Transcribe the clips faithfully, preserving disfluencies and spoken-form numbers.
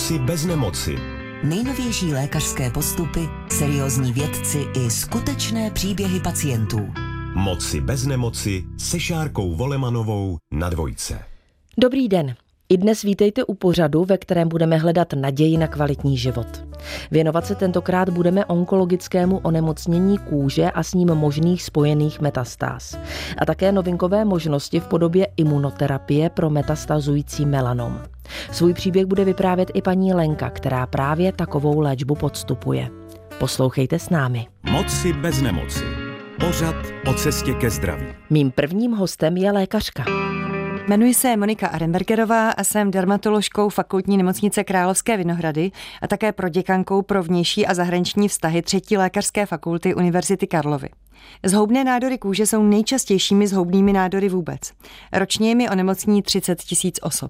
Moci bez nemoci. Nejnovější lékařské postupy, seriózní vědci i skutečné příběhy pacientů. Moci bez nemoci se Šárkou Volemanovou na Dvojce. Dobrý den. I dnes vítejte u pořadu, ve kterém budeme hledat naději na kvalitní život. Věnovat se tentokrát budeme onkologickému onemocnění kůže a s ním možných spojených metastáz. A také novinkové možnosti v podobě imunoterapie pro metastazující melanom. Svůj příběh bude vyprávět i paní Lenka, která právě takovou léčbu podstupuje. Poslouchejte s námi. Moci bez nemoci. Pořad o cestě ke zdraví. Mým prvním hostem je lékařka. Jmenuji se Monika Arenbergerová a jsem dermatoložkou Fakultní nemocnice Královské Vinohrady a také proděkankou pro vnější a zahraniční vztahy třetí lékařské fakulty Univerzity Karlovy. Zhoubné nádory kůže jsou nejčastějšími zhoubnými nádory vůbec. Ročně je mi onemocní třicet tisíc osob.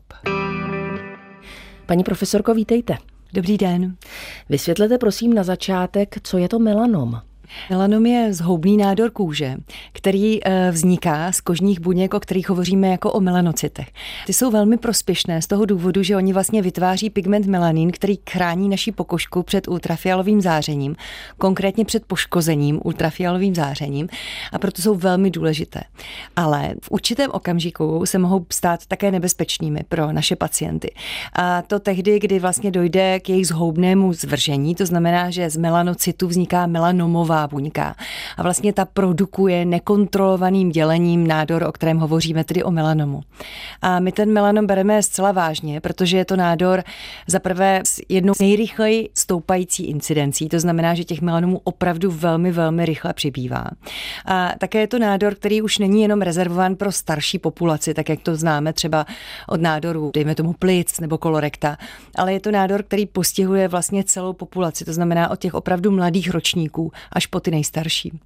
Paní profesorko, vítejte. Dobrý den. Vysvětlete prosím na začátek, co je to melanom. Melanom je zhoubný nádor kůže, který vzniká z kožních buněk, o kterých hovoříme jako o melanocytech. Ty jsou velmi prospěšné z toho důvodu, že oni vlastně vytváří pigment melanin, který chrání naši pokožku před ultrafialovým zářením, konkrétně před poškozením ultrafialovým zářením, a proto jsou velmi důležité. Ale v určitém okamžiku se mohou stát také nebezpečnými pro naše pacienty. A to tehdy, kdy vlastně dojde k jejich zhoubnému zvržení, to znamená, že z melanocytu vzniká melanomová buňka. A vlastně ta produkuje nekontrolovaným dělením nádor, o kterém hovoříme, tedy o melanomu. A my ten melanom bereme zcela vážně, protože je to nádor zaprvé s jednou nejrychleji stoupající incidencí, to znamená, že těch melanomů opravdu velmi, velmi rychle přibývá. A také je to nádor, který už není jenom rezervován pro starší populaci, tak jak to známe třeba od nádorů, dejme tomu plic nebo kolorekta, ale je to nádor, který postihuje vlastně celou populaci, to znamená od těch opravdu mladých ročníků až po ty nejstarší.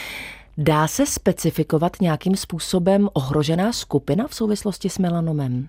Dá se specifikovat nějakým způsobem ohrožená skupina v souvislosti s melanomem?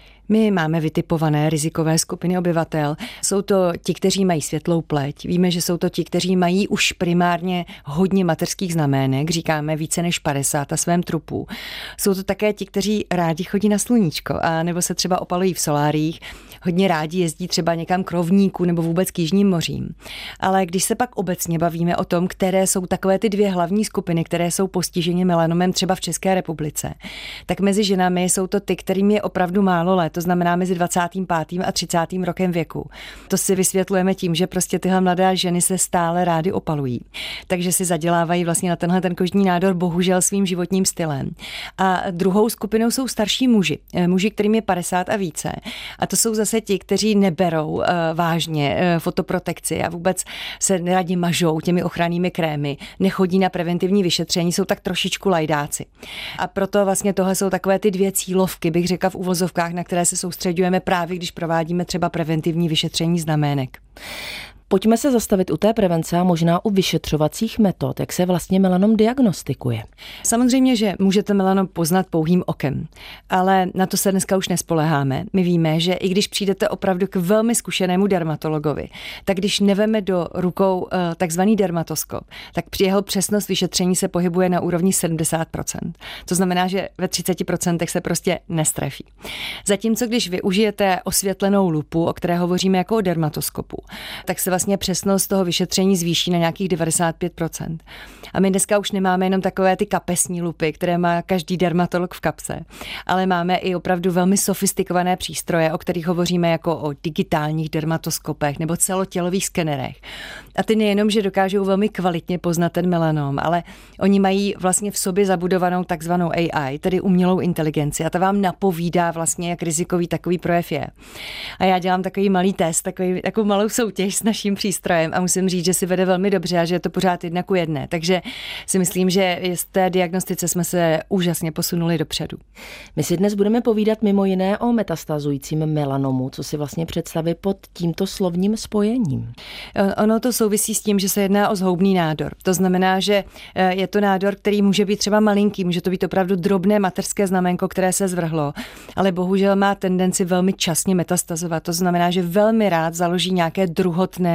My máme vytipované rizikové skupiny obyvatel. Jsou to ti, kteří mají světlou pleť. Víme, že jsou to ti, kteří mají už primárně hodně mateřských znamének, říkáme více než padesát na svém trupu. Jsou to také ti, kteří rádi chodí na sluníčko a nebo se třeba opalují v soláriích. Hodně rádi jezdí třeba někam k rovníku nebo vůbec k jižním mořím. Ale když se pak obecně bavíme o tom, které jsou takové ty dvě hlavní skupiny, které jsou postiženy melanomem třeba v České republice, tak mezi ženami jsou to ty, kterým je opravdu málo let, to znamená mezi dvacátým pátým a třicátým rokem věku. To si vysvětlujeme tím, že prostě tyhle mladé ženy se stále rády opalují. Takže si zadělávají vlastně na tenhle ten kožní nádor bohužel svým životním stylem. A druhou skupinou jsou starší muži. Muži, kterým je padesát a více. A to jsou zase ti, kteří neberou uh, vážně uh, fotoprotekci a vůbec se neradi mažou těmi ochrannými krémy, nechodí na preventivní vyšetření, jsou tak trošičku lajdáci. A proto vlastně tohle jsou takové ty dvě cílovky, bych řekla v uvozovkách, na které se soustředujeme právě, když provádíme třeba preventivní vyšetření znamének. Pojďme se zastavit u té prevence a možná u vyšetřovacích metod, jak se vlastně melanom diagnostikuje. Samozřejmě, že můžete melanom poznat pouhým okem, ale na to se dneska už nespoléháme. My víme, že i když přijdete opravdu k velmi zkušenému dermatologovi, tak když neveme do rukou uh, takzvaný dermatoskop, tak při jeho přesnost vyšetření se pohybuje na úrovni sedmdesát procent. To znamená, že ve třicet procent se prostě nestrefí. Zatímco když využijete osvětlenou lupu, o které hovoříme jako o dermatoskopu, tak se vlastně přesnost toho vyšetření zvýší na nějakých devadesát pět procent. A my dneska už nemáme jenom takové ty kapesní lupy, které má každý dermatolog v kapse, ale máme i opravdu velmi sofistikované přístroje, o kterých hovoříme jako o digitálních dermatoskopech nebo celotělových skenerech. A ty nejenom, že dokážou velmi kvalitně poznat ten melanom, ale oni mají vlastně v sobě zabudovanou takzvanou A I, tedy umělou inteligenci, a ta vám napovídá vlastně, jak rizikový takový projev je. A já dělám takový malý test, takový, takovou malou soutěž s naším přístrojem a musím říct, že si vede velmi dobře a že je to pořád jedna ku jedné. Takže si myslím, že z té diagnostice jsme se úžasně posunuli dopředu. My si dnes budeme povídat mimo jiné o metastazujícím melanomu, co si vlastně představí pod tímto slovním spojením. Ono to souvisí s tím, že se jedná o zhoubný nádor. To znamená, že je to nádor, který může být třeba malinký, může to být opravdu drobné mateřské znaménko, které se zvrhlo, ale bohužel má tendenci velmi časně metastazovat. To znamená, že velmi rád založí nějaké druhotné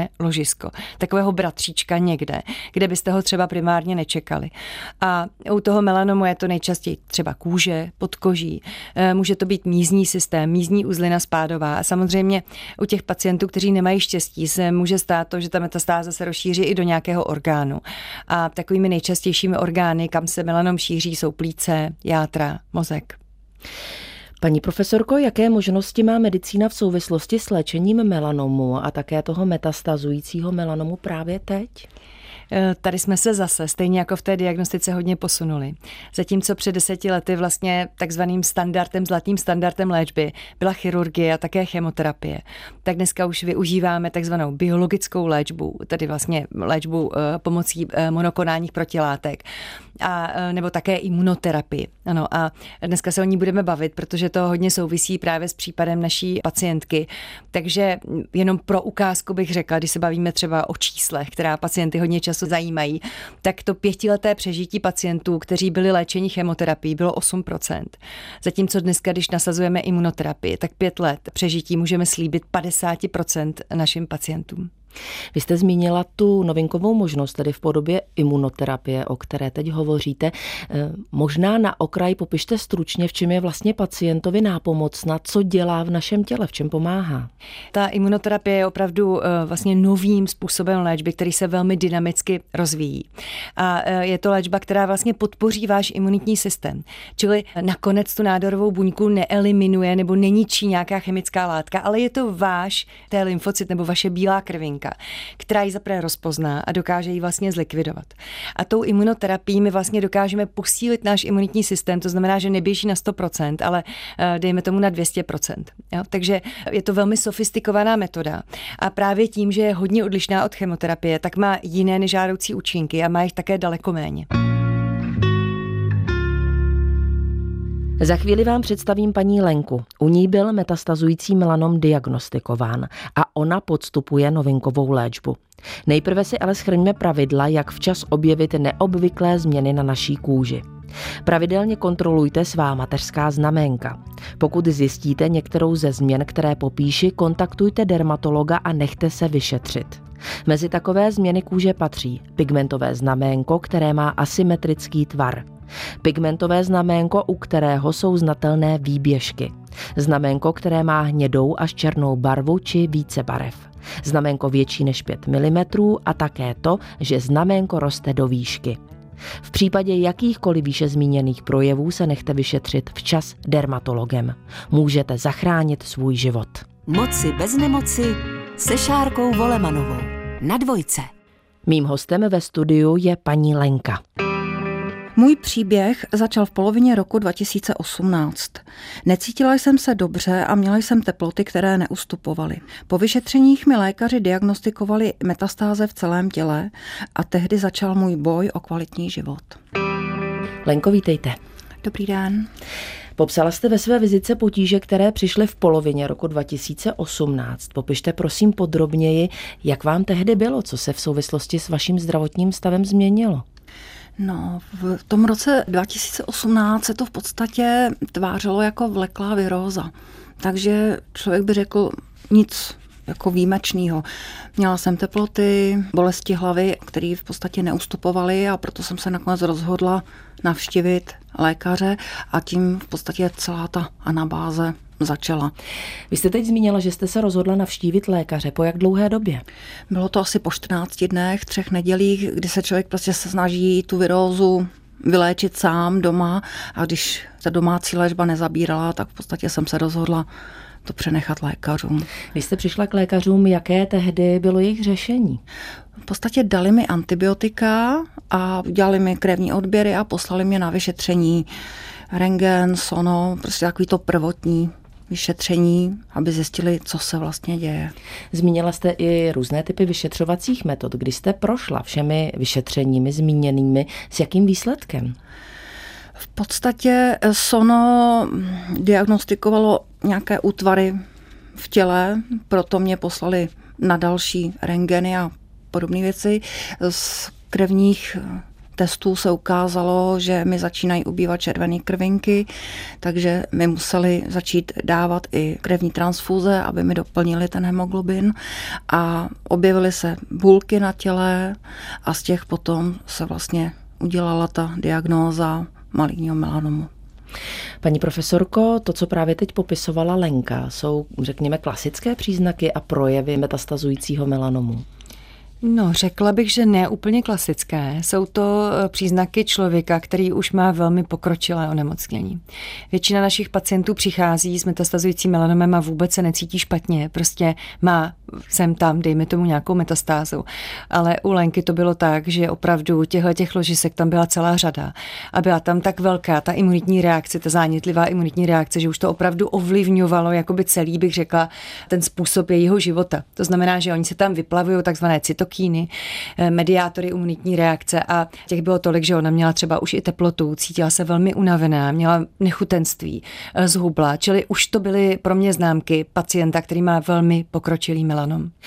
bezpečné ložisko, takového bratříčka někde, kde byste ho třeba primárně nečekali. A u toho melanomu je to nejčastěji třeba kůže, podkoží, může to být mízní systém, mízní uzlina spádová a samozřejmě u těch pacientů, kteří nemají štěstí, se může stát to, že ta metastáza se rozšíří i do nějakého orgánu. A takovými nejčastějšími orgány, kam se melanom šíří, jsou plíce, játra, mozek. Paní profesorko, jaké možnosti má medicína v souvislosti s léčením melanomu a také toho metastazujícího melanomu právě teď? Tady jsme se zase, stejně jako v té diagnostice, hodně posunuli. Zatímco před deseti lety vlastně takzvaným standardem, zlatým standardem léčby byla chirurgie a také chemoterapie, tak dneska už využíváme takzvanou biologickou léčbu, tedy vlastně léčbu pomocí monoklonálních protilátek, a, nebo také imunoterapii. Ano, a dneska se o ní budeme bavit, protože to hodně souvisí právě s případem naší pacientky. Takže jenom pro ukázku bych řekla, když se bavíme třeba o číslech, která pacienty hodně často zajímají, tak to pětileté přežití pacientů, kteří byli léčeni chemoterapií, bylo osm procent. Zatímco dneska, když nasazujeme imunoterapii, tak pět let přežití můžeme slíbit padesát procent našim pacientům. Vy jste zmínila tu novinkovou možnost, tedy v podobě imunoterapie, o které teď hovoříte. Možná na okraj popište stručně, v čem je vlastně pacientovi nápomocna, co dělá v našem těle, v čem pomáhá. Ta imunoterapie je opravdu vlastně novým způsobem léčby, který se velmi dynamicky rozvíjí. A je to léčba, která vlastně podpoří váš imunitní systém. Čili nakonec tu nádorovou buňku neeliminuje nebo neničí nějaká chemická látka, ale je to váš té lymfocyt nebo vaše bílá krvinka, která ji zaprvé rozpozná a dokáže ji vlastně zlikvidovat. A tou imunoterapií my vlastně dokážeme posílit náš imunitní systém, to znamená, že neběží na sto procent, ale dejme tomu na dvě stě procent. Jo? Takže je to velmi sofistikovaná metoda a právě tím, že je hodně odlišná od chemoterapie, tak má jiné nežádoucí účinky a má jich také daleko méně. Za chvíli vám představím paní Lenku. U ní byl metastazující melanom diagnostikován a ona podstupuje novinkovou léčbu. Nejprve si ale shrňme pravidla, jak včas objevit neobvyklé změny na naší kůži. Pravidelně kontrolujte svá mateřská znaménka. Pokud zjistíte některou ze změn, které popíši, kontaktujte dermatologa a nechte se vyšetřit. Mezi takové změny kůže patří pigmentové znaménko, které má asymetrický tvar. Pigmentové znaménko, u kterého jsou znatelné výběžky. Znaménko, které má hnědou až černou barvu či více barev. Znaménko větší než pět milimetrů a také to, že znaménko roste do výšky. V případě jakýchkoliv výše zmíněných projevů se nechte vyšetřit včas dermatologem. Můžete zachránit svůj život. Moci bez nemoci se Šárkou Volemanovou na Dvojce. Mým hostem ve studiu je paní Lenka. Můj příběh začal v polovině roku dva tisíce osmnáct. Necítila jsem se dobře a měla jsem teploty, které neustupovaly. Po vyšetřeních mi lékaři diagnostikovali metastáze v celém těle a tehdy začal můj boj o kvalitní život. Lenko, vítejte. Dobrý den. Popsala jste ve své vizitce potíže, které přišly v polovině roku dva tisíce osmnáct. Popište prosím podrobněji, jak vám tehdy bylo, co se v souvislosti s vaším zdravotním stavem změnilo. No, v tom roce dva tisíce osmnáct se to v podstatě tvářilo jako vleklá viróza. Takže člověk by řekl nic jako výjimečného. Měla jsem teploty, bolesti hlavy, které v podstatě neustupovaly a proto jsem se nakonec rozhodla navštívit lékaře a tím v podstatě celá ta anabáze začala. Vy jste teď zmínila, že jste se rozhodla navštívit lékaře. Po jak dlouhé době? Bylo to asi po čtrnácti dnech, třech nedělích, kdy se člověk prostě se snaží tu virózu vyléčit sám doma a když ta domácí léčba nezabírala, tak v podstatě jsem se rozhodla to přenechat lékařům. Vy jste přišla k lékařům, jaké tehdy bylo jejich řešení? V podstatě dali mi antibiotika a udělali mi krevní odběry a poslali mě na vyšetření rentgen, sono, prostě takový to prvotní vyšetření, aby zjistili, co se vlastně děje. Zmínila jste i různé typy vyšetřovacích metod. Když jste prošla všemi vyšetřeními zmíněnými, s jakým výsledkem? V podstatě sono diagnostikovalo nějaké útvary v těle, proto mě poslali na další rentgeny a podobné věci. Z krevních testů se ukázalo, že mi začínají ubývat červené krvinky, takže mi museli začít dávat i krevní transfuze, aby mi doplnili ten hemoglobin a objevily se bulky na těle a z těch potom se vlastně udělala ta diagnóza maligního melanomu. Paní profesorko, to, co právě teď popisovala Lenka, jsou, řekněme, klasické příznaky a projevy metastazujícího melanomu? No, řekla bych, že ne úplně klasické. Jsou to příznaky člověka, který už má velmi pokročilé onemocnění. Většina našich pacientů přichází s metastazujícím melanomem a vůbec se necítí špatně. Prostě má sem tam, dejme tomu nějakou metastázu. Ale u Lenky to bylo tak, že opravdu těchto těch ložisek tam byla celá řada. A byla tam tak velká ta imunitní reakce, ta zánětlivá imunitní reakce, že už to opravdu ovlivňovalo jakoby celý, bych řekla, ten způsob jejího života. To znamená, že oni se tam vyplavují takzvané cytokíny, mediátory imunitní reakce a těch bylo tolik, že ona měla třeba už i teplotu, cítila se velmi unavená, měla nechutenství, zhubla, čili už to byly pro mě známky pacienta, který má velmi pokročilý melanom.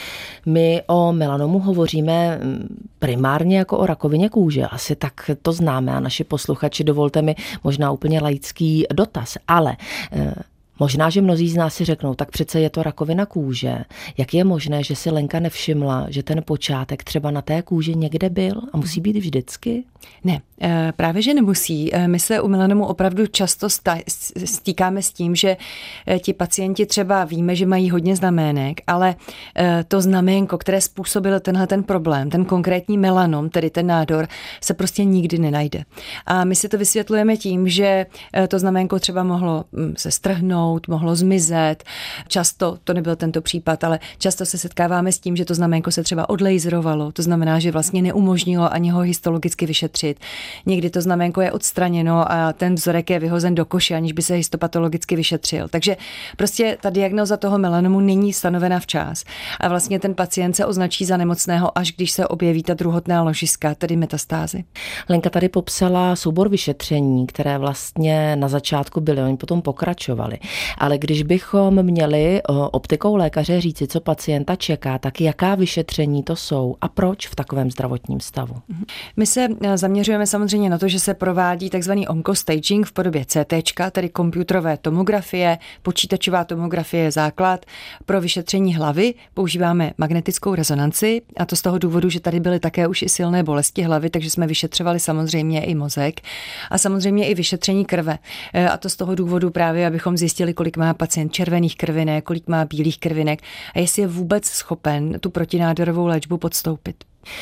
My o melanomu hovoříme primárně jako o rakovině kůže, asi tak to známe a naši posluchači, dovolte mi možná úplně laický dotaz, ale možná, že mnozí z nás si řeknou, tak přece je to rakovina kůže. Jak je možné, že si Lenka nevšimla, že ten počátek třeba na té kůži někde byl a musí být vždycky? Ne, právě že nemusí. My se u melanomu opravdu často stýkáme s tím, že ti pacienti třeba víme, že mají hodně znamének, ale to znaménko, které způsobilo tenhle ten problém, ten konkrétní melanom, tedy ten nádor, se prostě nikdy nenajde. A my si to vysvětlujeme tím, že to znaménko třeba mohlo se strhnout, mohlo zmizet. Často, to nebyl tento případ, ale často se setkáváme s tím, že to znaménko se třeba odlejzrovalo. To znamená, že vlastně neumožnilo ani ho histologicky vyšetřit. Někdy to znaménko je odstraněno a ten vzorek je vyhozen do koše, aniž by se histopatologicky vyšetřil. Takže prostě ta diagnóza toho melanomu není stanovena včas. A vlastně ten pacient se označí za nemocného, až když se objeví ta druhotná ložiska, tedy metastázy. Lenka tady popsala soubor vyšetření, které vlastně na začátku byly, oni potom pokračovali. Ale když bychom měli optikou lékaře říci, co pacienta čeká, tak jaká vyšetření to jsou a proč v takovém zdravotním stavu? My se zaměřujeme samozřejmě na to, že se provádí takzvaný onkostaging v podobě C T, tedy komputerové tomografie, počítačová tomografie je základ. Pro vyšetření hlavy používáme magnetickou rezonanci a to z toho důvodu, že tady byly také už i silné bolesti hlavy, takže jsme vyšetřovali samozřejmě i mozek a samozřejmě i vyšetření krve. A to z toho důvodu právě, abychom zjistili, kolik má pacient červených krvinek, kolik má bílých krvinek a jestli je vůbec schopen tu protinádorovou léčbu podstoupit.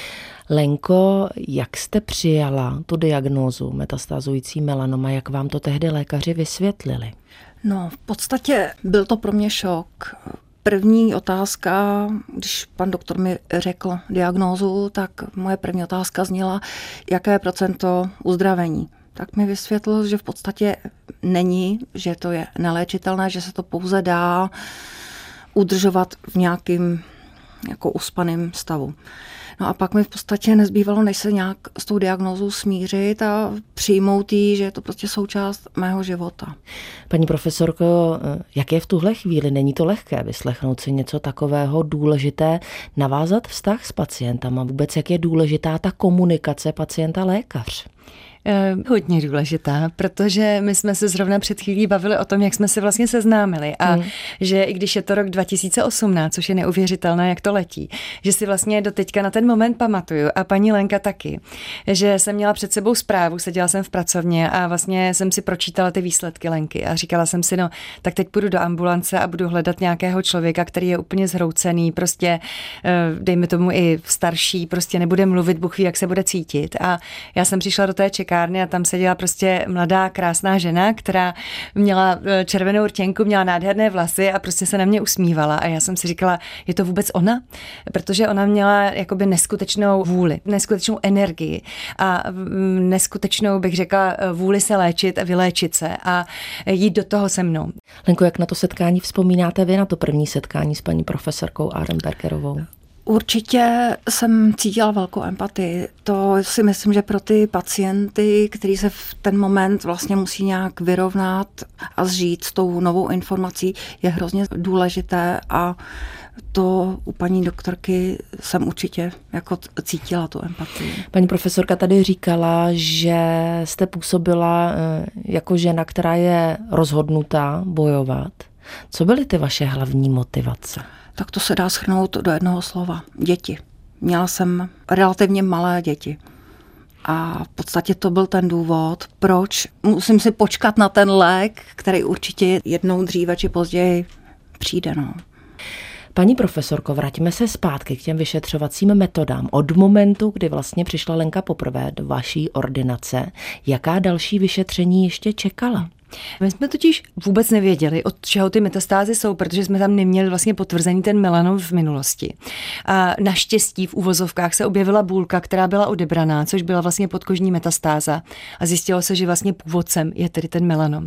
Lenko, jak jste přijala tu diagnózu metastázující melanoma, jak vám to tehdy lékaři vysvětlili? No, v podstatě byl to pro mě šok. První otázka, když pan doktor mi řekl diagnózu, tak moje první otázka zněla, jaké je procento uzdravení. Tak mi vysvětlil, že v podstatě není, že to je neléčitelné, že se to pouze dá udržovat v nějakým jako uspaném stavu. No a pak mi v podstatě nezbývalo, než se nějak s tou diagnózou smířit a přijmout jí, že je to prostě součást mého života. Paní profesorko, jak je v tuhle chvíli? Není to lehké vyslechnout si něco takového, důležité navázat vztah s pacientem a vůbec jak je důležitá ta komunikace pacienta-lékař? Hodně důležitá, protože my jsme se zrovna před chvílí bavili o tom, jak jsme se vlastně seznámili a hmm. že i když je to rok dva tisíce osmnáct, což je neuvěřitelné, jak to letí, že si vlastně do teďka na ten moment pamatuju a paní Lenka taky, že jsem měla před sebou zprávu, seděla jsem v pracovně a vlastně jsem si pročítala ty výsledky Lenky a říkala jsem si, no tak teď půjdu do ambulance a budu hledat nějakého člověka, který je úplně zhroucený, prostě dejme tomu i starší, prostě nebude mluvit, Bůh ví, jak se bude cítit a já jsem přišla do té čekárny a tam seděla prostě mladá, krásná žena, která měla červenou rtěnku, měla nádherné vlasy a prostě se na mě usmívala a já jsem si říkala, je to vůbec ona? Protože ona měla jakoby neskutečnou vůli, neskutečnou energii a neskutečnou, bych řekla, vůli se léčit a vyléčit se a jít do toho se mnou. Lenko, jak na to setkání vzpomínáte vy, na to první setkání s paní profesorkou Arenbergerovou? Určitě jsem cítila velkou empatii. To si myslím, že pro ty pacienty, kteří se v ten moment vlastně musí nějak vyrovnat a zžít s tou novou informací, je hrozně důležité a to u paní doktorky jsem určitě jako cítila tu empatii. Paní profesorka tady říkala, že jste působila jako žena, která je rozhodnutá bojovat. Co byly ty vaše hlavní motivace? Tak to se dá shrnout do jednoho slova. Děti. Měla jsem relativně malé děti. A v podstatě to byl ten důvod, proč musím si počkat na ten lék, který určitě jednou dříve či později přijde. No. Paní profesorko, vraťme se zpátky k těm vyšetřovacím metodám. Od momentu, kdy vlastně přišla Lenka poprvé do vaší ordinace, jaká další vyšetření ještě čekala? My jsme totiž vůbec nevěděli, od čeho ty metastázy jsou, protože jsme tam neměli vlastně potvrzený ten melanom v minulosti. A naštěstí v uvozovkách se objevila bůlka, která byla odebraná, což byla vlastně podkožní metastáza. A zjistilo se, že vlastně původcem je tedy ten melanom.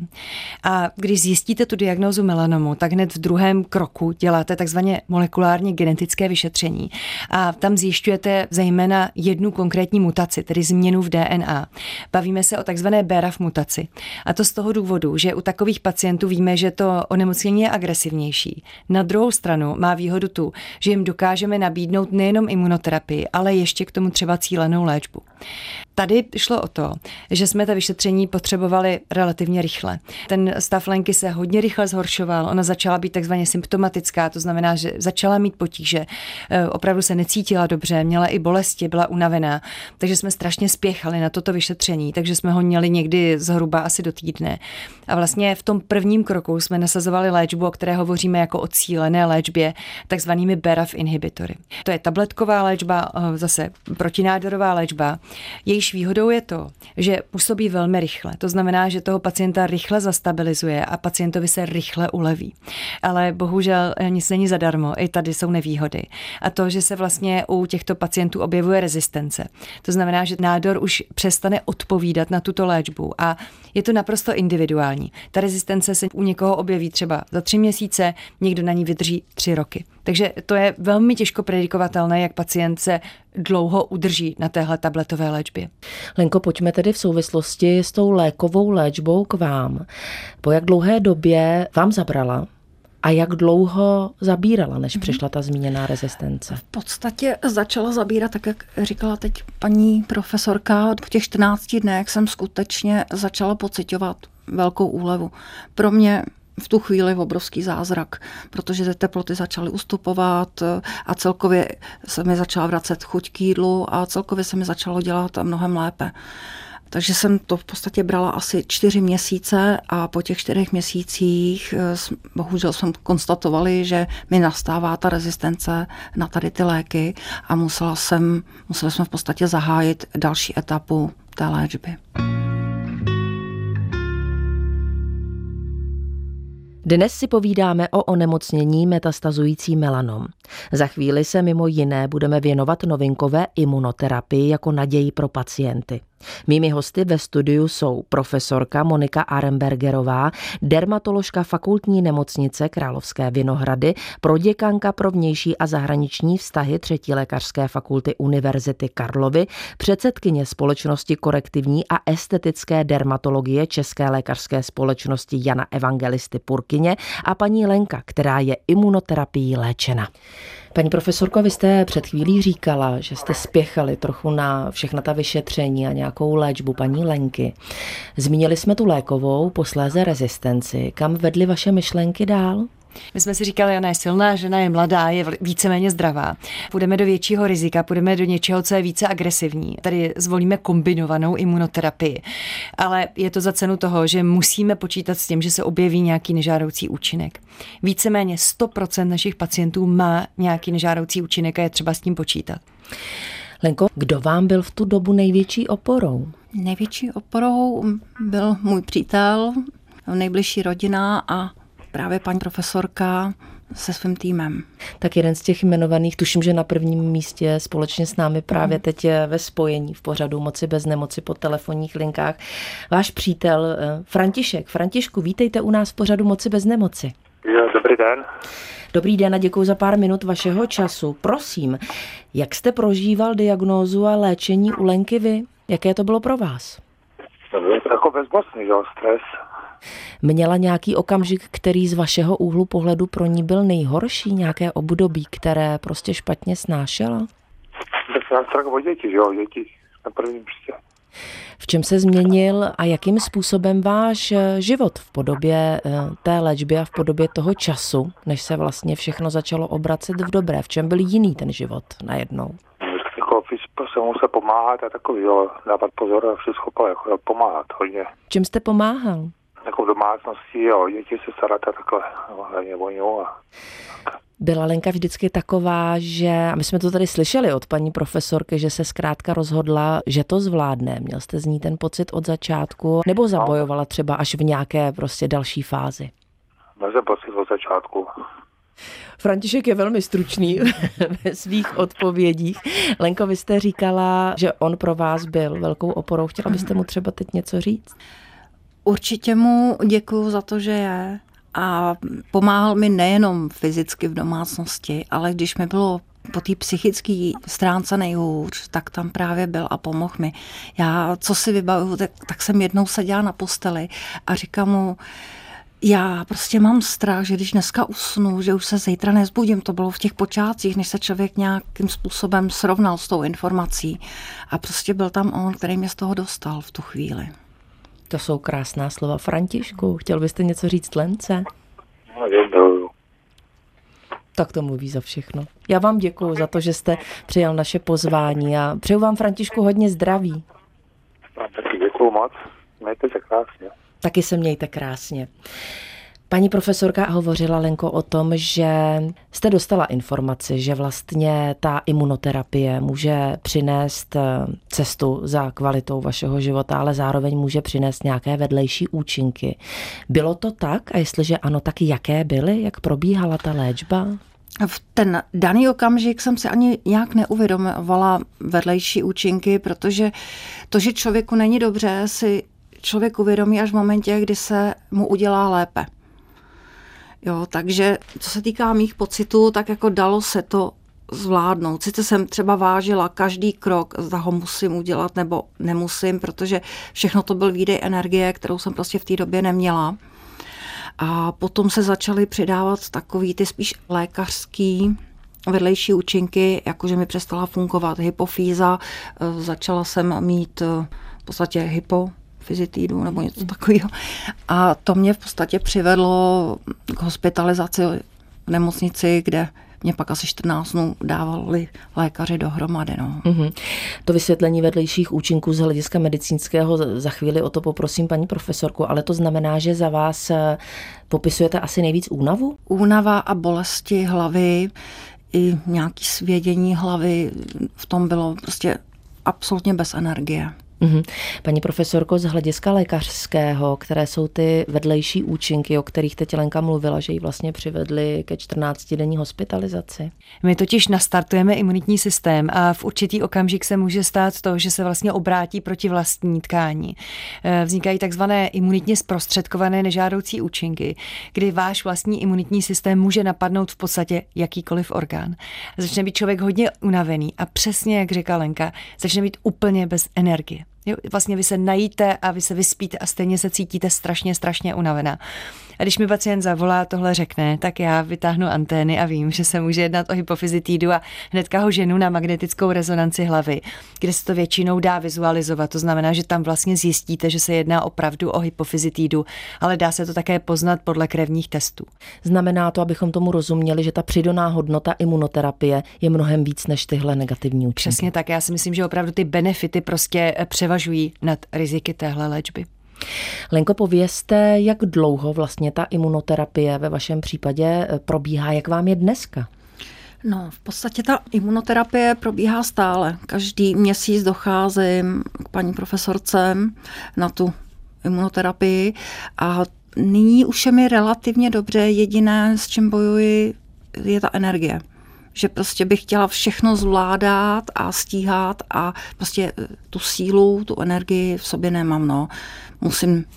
A když zjistíte tu diagnózu melanomu, tak hned v druhém kroku děláte takzvaně molekulárně genetické vyšetření. A tam zjišťujete zejména jednu konkrétní mutaci, tedy změnu v D N A. Bavíme se o takzvané B R A F mutaci. A to z toho důvodu, že u takových pacientů víme, že to onemocnění je agresivnější. Na druhou stranu má výhodu tu, že jim dokážeme nabídnout nejenom imunoterapii, ale ještě k tomu třeba cílenou léčbu. Tady šlo o to, že jsme ta vyšetření potřebovali relativně rychle. Ten stav Lenky se hodně rychle zhoršoval, ona začala být takzvaně symptomatická, to znamená, že začala mít potíže, opravdu se necítila dobře, měla i bolesti, byla unavená, takže jsme strašně spěchali na toto vyšetření, takže jsme ho měli někdy zhruba asi do týdne. A vlastně v tom prvním kroku jsme nasazovali léčbu, o které hovoříme jako o cílené léčbě, takzvanými B R A F inhibitory. To je tabletková léčba, zase protinádorová léčba. Jejíž výhodou je to, že působí velmi rychle. To znamená, že toho pacienta rychle zastabilizuje a pacientovi se rychle uleví. Ale bohužel nic není zadarmo, i tady jsou nevýhody. A to, že se vlastně u těchto pacientů objevuje rezistence. To znamená, že nádor už přestane odpovídat na tuto léčbu a je to naprosto individuální. Ta rezistence se u někoho objeví třeba za tři měsíce, někdo na ní vydrží tři roky. Takže to je velmi těžko predikovatelné, jak pacient se dlouho udrží na téhle tabletové léčbě. Lenko, pojďme tedy v souvislosti s tou lékovou léčbou k vám. Po jak dlouhé době vám zabrala a jak dlouho zabírala, než přišla ta zmíněná rezistence? V podstatě začala zabírat, tak jak říkala teď paní profesorka, v těch čtrnácti dnech jsem skutečně začala pociťovat velkou úlevu. Pro mě v tu chvíli obrovský zázrak, protože ty teploty začaly ustupovat a celkově se mi začala vracet chuť k jídlu a celkově se mi začalo dělat mnohem lépe. Takže jsem to v podstatě brala asi čtyři měsíce a po těch čtyřech měsících bohužel jsme konstatovali, že mi nastává ta rezistence na tady ty léky a musela jsem, museli jsme v podstatě zahájit další etapu té léčby. Dnes si povídáme o onemocnění metastazující melanom. Za chvíli se mimo jiné budeme věnovat novinkové imunoterapii jako naději pro pacienty. Mými hosty ve studiu jsou profesorka Monika Arenbergerová, dermatoložka Fakultní nemocnice Královské Vinohrady, proděkanka pro vnější a zahraniční vztahy třetí lékařské fakulty Univerzity Karlovy, předsedkyně společnosti korektivní a estetické dermatologie České lékařské společnosti Jana Evangelisty Purkyně a paní Lenka, která je imunoterapií léčena. Paní profesorko, vy jste před chvílí říkala, že jste spěchali trochu na všechna ta vyšetření a nějakou léčbu paní Lenky. Zmínili jsme tu lékovou, posléze rezistenci. Kam vedly vaše myšlenky dál? My jsme si říkali, ona je silná, žena je mladá, je víceméně zdravá. Půjdeme do většího rizika, půjdeme do něčeho, co je více agresivní. Tady zvolíme kombinovanou imunoterapii. Ale je to za cenu toho, že musíme počítat s tím, že se objeví nějaký nežádoucí účinek. Víceméně sto procent našich pacientů má nějaký nežádoucí účinek a je třeba s tím počítat. Lenko, kdo vám byl v tu dobu největší oporou? Největší oporou byl můj přítel, nejbližší rodina a právě paní profesorka se svým týmem. Tak jeden z těch jmenovaných, tuším, že na prvním místě společně s námi právě teď je ve spojení v pořadu Moci bez nemoci po telefonních linkách. Váš přítel František. Františku, vítejte u nás v pořadu Moci bez nemoci. Jo, dobrý den. Dobrý den a děkuji za pár minut vašeho času. Prosím, jak jste prožíval diagnózu a léčení u Lenky vy? Jaké to bylo pro vás? To bylo jako bezmocný, jo, stres. Měla nějaký okamžik, který z vašeho úhlu pohledu pro ní byl nejhorší? Nějaké období, které prostě špatně snášela? Tak jsem strach o děti, jo, děti na prvním místě. V čem se změnil a jakým způsobem váš život v podobě té léčby a v podobě toho času, než se vlastně všechno začalo obracet v dobré? V čem byl jiný ten život najednou? Jako se musel pomáhat a takový, jo, dávat pozor a všechno jako pomáhat hodně. Čím jste pomáhal? Jako v domácnosti, jo, děti se starat a takhle, hlavně o něj a tak. Byla Lenka vždycky taková, že, a my jsme to tady slyšeli od paní profesorky, že se zkrátka rozhodla, že to zvládne. Měl jste z ní ten pocit od začátku, nebo zabojovala třeba až v nějaké prostě další fázi? Měl jsem pocit od začátku. František je velmi stručný ve svých odpovědích. Lenko, vy jste říkala, že on pro vás byl velkou oporou. Chtěla byste mu třeba teď něco říct? Určitě mu děkuju za to, že je. A pomáhal mi nejenom fyzicky v domácnosti, ale když mi bylo po té psychické stránce nejhůř, tak tam právě byl a pomohl mi. Já, co si vybavuju, tak, tak jsem jednou seděla na posteli a říkám mu, já prostě mám strach, že když dneska usnu, že už se zítra nezbudím. To bylo v těch počátcích, než se člověk nějakým způsobem srovnal s tou informací. A prostě byl tam on, který mě z toho dostal v tu chvíli. To jsou krásná slova. Františku, chtěl byste něco říct Lence? No, děkuju. Tak to mluví za všechno. Já vám děkuju za to, že jste přijal naše pozvání a přeju vám, Františku, hodně zdraví. Taky děkuju moc. Mějte se krásně. Taky se mějte krásně. Paní profesorka hovořila, Lenko, o tom, že jste dostala informaci, že vlastně ta imunoterapie může přinést cestu za kvalitou vašeho života, ale zároveň může přinést nějaké vedlejší účinky. Bylo to tak? A jestliže ano, tak jaké byly? Jak probíhala ta léčba? V ten daný okamžik jsem si ani nějak neuvědomovala vedlejší účinky, protože to, že člověku není dobře, si člověk uvědomí až v momentě, kdy se mu udělá lépe. Jo, takže co se týká mých pocitů, tak jako dalo se to zvládnout. Sice jsem třeba vážila každý krok, zda ho musím udělat nebo nemusím, protože všechno to byl výdej energie, kterou jsem prostě v té době neměla. A potom se začaly přidávat takový ty spíš lékařský vedlejší účinky, jakože mi přestala fungovat hypofýza, začala jsem mít v podstatě hypo, fyzitidu nebo něco takového. A to mě v podstatě přivedlo k hospitalizaci v nemocnici, kde mě pak asi čtrnáct dnů dávali lékaři dohromady. No. Mm-hmm. To vysvětlení vedlejších účinků z hlediska medicínského za chvíli o to poprosím paní profesorku, ale to znamená, že za vás popisujete asi nejvíc únavu? Únava a bolesti hlavy, i nějaké svědění hlavy, v tom bylo prostě absolutně bez energie. Uhum. Paní profesorko, z hlediska lékařského, které jsou ty vedlejší účinky, o kterých teď Lenka mluvila, že ji vlastně přivedly ke čtrnáctidenní hospitalizaci? My totiž nastartujeme imunitní systém a v určitý okamžik se může stát to, že se vlastně obrátí proti vlastní tkání. Vznikají takzvané imunitně zprostředkované nežádoucí účinky, kdy váš vlastní imunitní systém může napadnout v podstatě jakýkoliv orgán. Začne být člověk hodně unavený a přesně, jak řekla Lenka, začne být úplně bez energie. Jo, vlastně vy se najíte a vy se vyspíte a stejně se cítíte strašně, strašně unavená. A když mi pacient zavolá, tohle řekne, tak já vytáhnu antény a vím, že se může jednat o hypofyzitidu a hnedka ho ženu na magnetickou rezonanci hlavy, kde se to většinou dá vizualizovat. To znamená, že tam vlastně zjistíte, že se jedná opravdu o hypofyzitidu, ale dá se to také poznat podle krevních testů. Znamená to, abychom tomu rozuměli, že ta přidaná hodnota imunoterapie je mnohem víc než tyhle negativní účinky. Přesně tak. Já si myslím, že opravdu ty benefity prostě převažují nad riziky téhle léčby. Lenko, povězte, jak dlouho vlastně ta imunoterapie ve vašem případě probíhá, jak vám je dneska? No, v podstatě ta imunoterapie probíhá stále. Každý měsíc docházím k paní profesorce na tu imunoterapii a nyní už je mi relativně dobře. Jediné, s čím bojuji, je ta energie. Že prostě bych chtěla všechno zvládat a stíhat a prostě tu sílu, tu energii v sobě nemám. No. Musím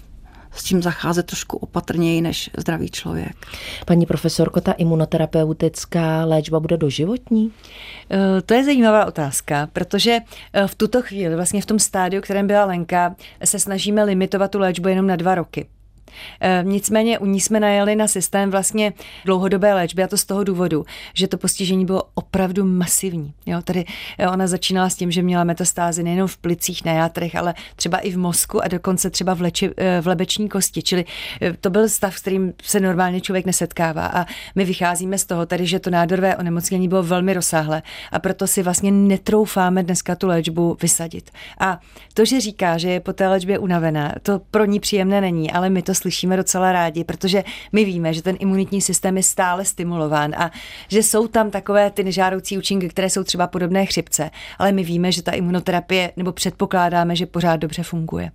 s tím zacházet trošku opatrněji než zdravý člověk. Paní profesorko, ta imunoterapeutická léčba bude doživotní? To je zajímavá otázka, protože v tuto chvíli, vlastně v tom stádiu, kterém byla Lenka, se snažíme limitovat tu léčbu jenom na dva roky. Nicméně u ní jsme najeli na systém vlastně dlouhodobé léčby, a to z toho důvodu, že to postižení bylo opravdu masivní. Jo, tady ona začínala s tím, že měla metastázy nejen v plicích, na játrech, ale třeba i v mozku a dokonce třeba v, leči, v lebeční kosti. Čili to byl stav, s kterým se normálně člověk nesetkává, a my vycházíme z toho tady, že to nádorové onemocnění bylo velmi rozsáhlé, a proto si vlastně netroufáme dneska tu léčbu vysadit. A to, že říká, že je po té léčbě unavená, to pro ní příjemné není, ale my to slyšíme docela rádi, protože my víme, že ten imunitní systém je stále stimulován a že jsou tam takové ty nežádoucí účinky, které jsou třeba podobné chřipce, ale my víme, že ta imunoterapie, nebo předpokládáme, že pořád dobře funguje.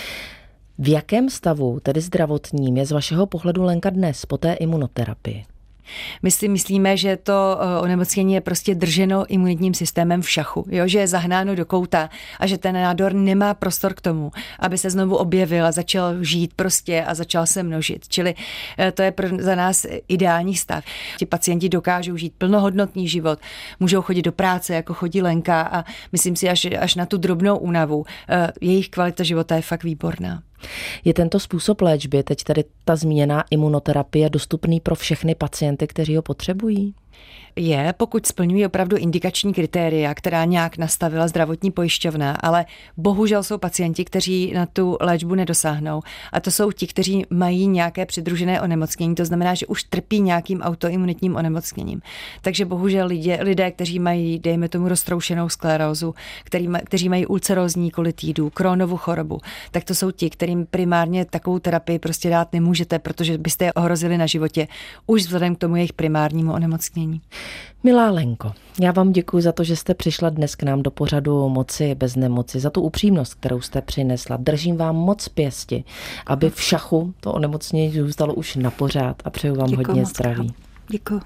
V jakém stavu, tedy zdravotním, je z vašeho pohledu Lenka dnes po té imunoterapii? My si myslíme, že to onemocnění je prostě drženo imunitním systémem v šachu, jo? Že je zahnáno do kouta a že ten nádor nemá prostor k tomu, aby se znovu objevil a začal žít prostě a začal se množit. Čili to je pro, za nás ideální stav. Ti pacienti dokážou žít plnohodnotný život, můžou chodit do práce, jako chodí Lenka, a myslím si, až, až na tu drobnou únavu, jejich kvalita života je fakt výborná. Je tento způsob léčby, teď tady ta zmíněná imunoterapie, dostupný pro všechny pacienty, kteří ho potřebují? Je, pokud splňují opravdu indikační kritéria, která nějak nastavila zdravotní pojišťovna, ale bohužel jsou pacienti, kteří na tu léčbu nedosáhnou. A to jsou ti, kteří mají nějaké přidružené onemocnění, to znamená, že už trpí nějakým autoimunitním onemocněním. Takže bohužel lidé, lidé kteří mají, dejme tomu, roztroušenou sklerózu, který, kteří mají ulcerózní kolitidu, Crohnovu chorobu, tak to jsou ti, kterým primárně takovou terapii prostě dát nemůžete, protože byste je ohrozili na životě už vzhledem k tomu jejich primárnímu onemocnění. Milá Lenko, já vám děkuji za to, že jste přišla dnes k nám do pořadu Moci bez nemoci, za tu upřímnost, kterou jste přinesla. Držím vám moc pěsti, aby v šachu to onemocnění zůstalo už na pořád, a přeju vám Děkuji hodně moc zdraví. Děkuji.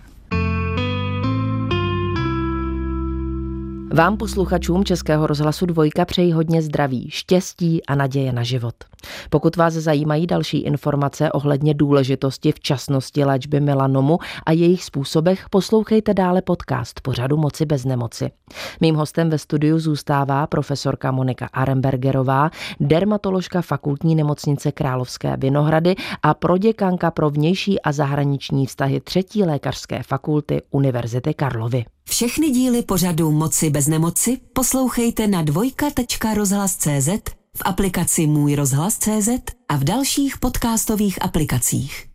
Vám, posluchačům Českého rozhlasu Dvojka, přeji hodně zdraví, štěstí a naděje na život. Pokud vás zajímají další informace ohledně důležitosti včasnosti léčby melanomu a jejich způsobech, poslouchejte dále podcast pořadu Moci bez nemoci. Mým hostem ve studiu zůstává profesorka Monika Arenbergerová, dermatoložka Fakultní nemocnice Královské Vinohrady a proděkanka pro vnější a zahraniční vztahy třetí lékařské fakulty Univerzity Karlovy. Všechny díly pořadu Moci bez nemoci poslouchejte na dvojka tečka rozhlas tečka cé zet, v aplikaci Můj rozhlas tečka cé zet a v dalších podcastových aplikacích.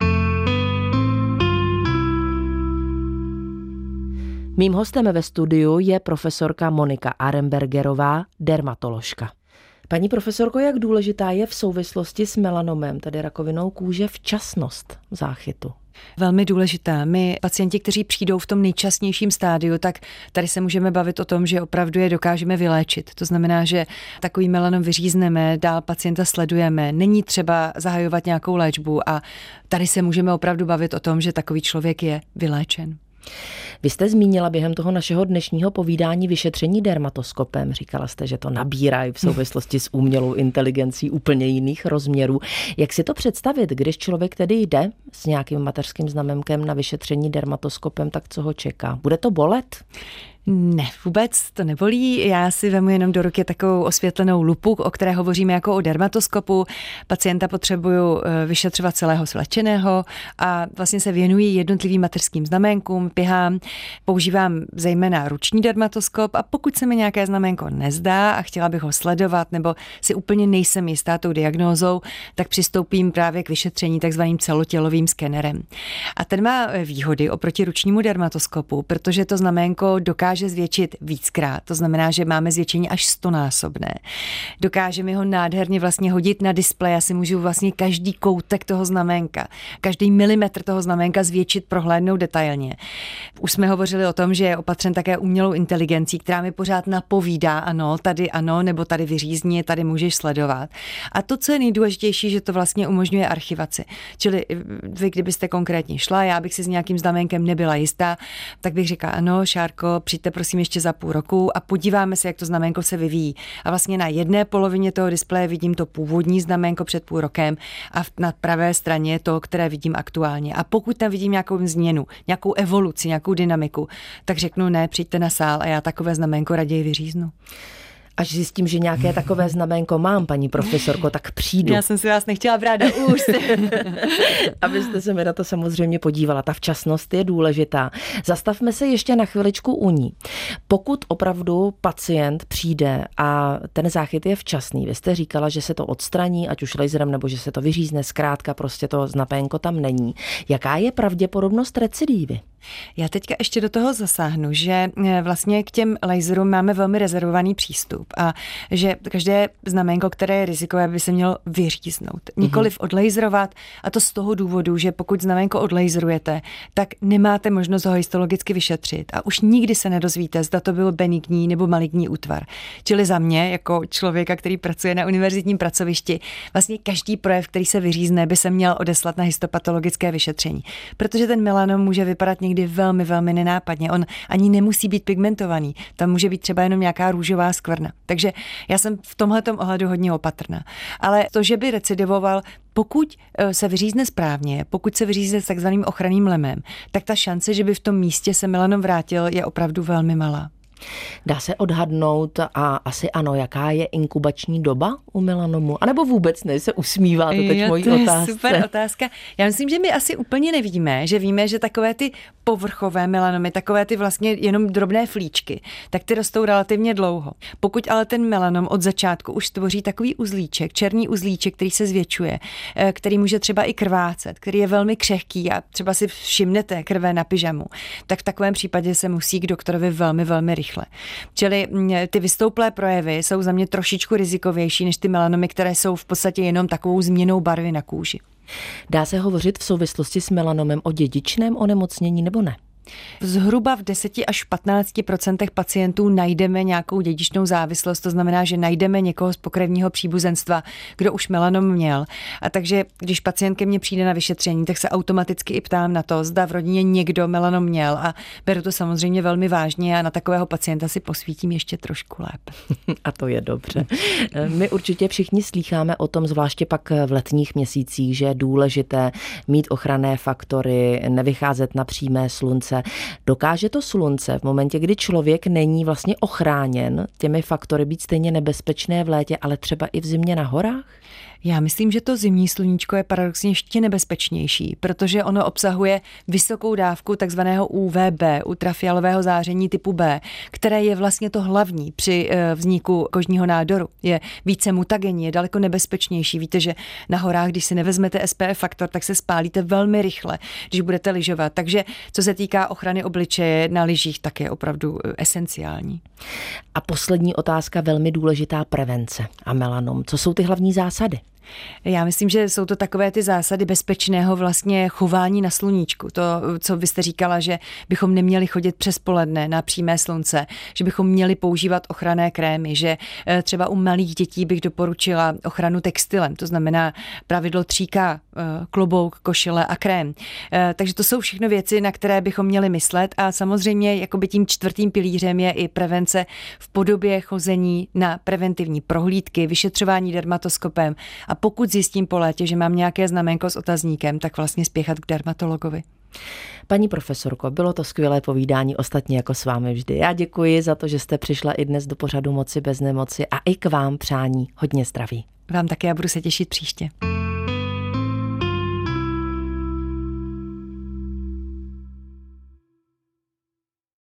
Mým hostem ve studiu je profesorka Monika Arenbergerová, dermatoložka. Paní profesorko, jak důležitá je v souvislosti s melanomem, tedy rakovinou kůže, včasnost záchytu? Velmi důležitá. My pacienti, kteří přijdou v tom nejčasnějším stádiu, tak tady se můžeme bavit o tom, že opravdu je dokážeme vyléčit. To znamená, že takový melanom vyřízneme, dál pacienta sledujeme, není třeba zahajovat nějakou léčbu, a tady se můžeme opravdu bavit o tom, že takový člověk je vyléčen. Vy jste zmínila během toho našeho dnešního povídání vyšetření dermatoskopem. Říkala jste, že to nabírá i v souvislosti s umělou inteligencí úplně jiných rozměrů. Jak si to představit, když člověk tedy jde s nějakým mateřským znamenkem na vyšetření dermatoskopem, tak co ho čeká? Bude to bolet? Ne, vůbec to nebolí. Já si vemu jenom do ruky takovou osvětlenou lupu, o které hovoříme jako o dermatoskopu. Pacienta potřebuju vyšetřovat celého svlečeného a vlastně se věnuji jednotlivým mateřským znaménkům, běhám, používám zejména ruční dermatoskop, a pokud se mi nějaké znaménko nezdá a chtěla bych ho sledovat, nebo si úplně nejsem jistá tou diagnózou, tak přistoupím právě k vyšetření takzvaným celotělovým skenerem. A ten má výhody oproti ručnímu dermatoskopu, protože to znaménko dokáže zvětšit víckrát. To znamená, že máme zvětšení až stonásobné. Dokáže mi ho nádherně vlastně hodit na displej. Já si můžu vlastně každý koutek toho znaménka, každý milimetr toho znaménka zvětšit, prohlédnout detailně. Už jsme hovořili o tom, že je opatřen také umělou inteligencí, která mi pořád napovídá, ano, tady ano, nebo tady vyřízni, tady můžeš sledovat. A to, co je nejdůležitější, že to vlastně umožňuje archivaci. Čili vy, kdybyste konkrétně šla, já bych si s nějakým znaménkem nebyla jistá, tak bych říkala, ano, Šárko, přijďte přijďte prosím ještě za půl roku a podíváme se, jak to znaménko se vyvíjí. A vlastně na jedné polovině toho displeje vidím to původní znaménko před půl rokem a na pravé straně je to, které vidím aktuálně. A pokud tam vidím nějakou změnu, nějakou evoluci, nějakou dynamiku, tak řeknu ne, přijďte na sál a já takové znaménko raději vyříznu. Až zjistím, že nějaké takové znaménko mám, paní profesorko, tak přijdu. Já jsem si vás nechtěla brát do úst. Abyste se mi na to samozřejmě podívala. Ta včasnost je důležitá. Zastavme se ještě na chviličku u ní. Pokud opravdu pacient přijde a ten záchyt je včasný, vy jste říkala, že se to odstraní, ať už laserem, nebo že se to vyřízne, zkrátka prostě to znaménko tam není. Jaká je pravděpodobnost recidívy? Já teďka ještě do toho zasáhnu, že vlastně k těm laserům máme velmi rezervovaný přístup a že každé znaménko, které je rizikové, by se mělo vyříznout. Nikoliv odlaserovat, a to z toho důvodu, že pokud znaménko odlaserujete, tak nemáte možnost ho histologicky vyšetřit a už nikdy se nedozvíte, zda to byl benigní nebo maligní útvar. Čili za mě, jako člověka, který pracuje na univerzitním pracovišti, vlastně každý projev, který se vyřízne, by se měl odeslat na histopatologické vyšetření, protože ten melanom může vypadat někdy velmi, velmi nenápadně. On ani nemusí být pigmentovaný. Tam může být třeba jenom nějaká růžová skvrna. Takže já jsem v tomhletom ohledu hodně opatrná. Ale to, že by recidivoval, pokud se vyřízne správně, pokud se vyřízne s takzvaným ochranným lemem, tak ta šance, že by v tom místě se melanom vrátil, je opravdu velmi malá. Dá se odhadnout a asi ano, jaká je inkubační doba u melanomu? A nebo vůbec ne, se usmíváte teď jo, mojí to je otázce. Super otázka. Já myslím, že my asi úplně nevíme, že víme, že takové ty povrchové melanomy, takové ty vlastně jenom drobné flíčky, tak ty rostou relativně dlouho. Pokud ale ten melanom od začátku už tvoří takový uzlíček, černý uzlíček, který se zvětšuje, který může třeba i krvácet, který je velmi křehký a třeba si všimnete krve na pyžamu, tak v takovém případě se musí k doktorovi velmi, velmi rychle. Čili ty vystouplé projevy jsou za mě trošičku rizikovější než ty melanomy, které jsou v podstatě jenom takovou změnou barvy na kůži. Dá se hovořit v souvislosti s melanomem o dědičném onemocnění nebo ne? Zhruba v deseti až patnácti procentech pacientů najdeme nějakou dědičnou závislost, to znamená, že najdeme někoho z pokrevního příbuzenstva, kdo už melanom měl. A takže, když pacient ke mně přijde na vyšetření, tak se automaticky i ptám na to, zda v rodině někdo melanom měl a beru to samozřejmě velmi vážně a na takového pacienta si posvítím ještě trošku lépe. A to je dobře. My určitě všichni slýcháme o tom, zvláště pak v letních měsících, že je důležité mít ochranné faktory, nevycházet na přímé slunce. Dokáže to slunce v momentě, kdy člověk není vlastně ochráněn těmi faktory, být stejně nebezpečné v létě, ale třeba i v zimě na horách? Já myslím, že to zimní sluníčko je paradoxně ještě nebezpečnější, protože ono obsahuje vysokou dávku takzvaného U V B, ultrafialového záření typu B, které je vlastně to hlavní při vzniku kožního nádoru. Je více mutagenní, je daleko nebezpečnější. Víte, že na horách, když si nevezmete S P F faktor, tak se spálíte velmi rychle, když budete lyžovat. Takže co se týká ochrany obličeje na lyžích, tak je opravdu esenciální. A poslední otázka, velmi důležitá, prevence a melanom. Co jsou ty hlavní zásady? Já myslím, že jsou to takové ty zásady bezpečného vlastně chování na sluníčku. To, co vy jste říkala, že bychom neměli chodit přes poledne na přímé slunce, že bychom měli používat ochranné krémy, že třeba u malých dětí bych doporučila ochranu textilem, to znamená pravidlo tří ká, klobouk, košile a krém. Takže to jsou všechno věci, na které bychom měli myslet a samozřejmě jakoby tím čtvrtým pilířem je i prevence v podobě chození na preventivní prohlídky, vyšetřování dermatoskopem a pokud zjistím po létě, že mám nějaké znaménko s otazníkem, tak vlastně spěchat k dermatologovi. Paní profesorko, bylo to skvělé povídání, ostatně jako s vámi vždy. Já děkuji za to, že jste přišla i dnes do pořadu Moci bez nemoci a i k vám přání hodně zdraví. Vám také, já budu se těšit příště.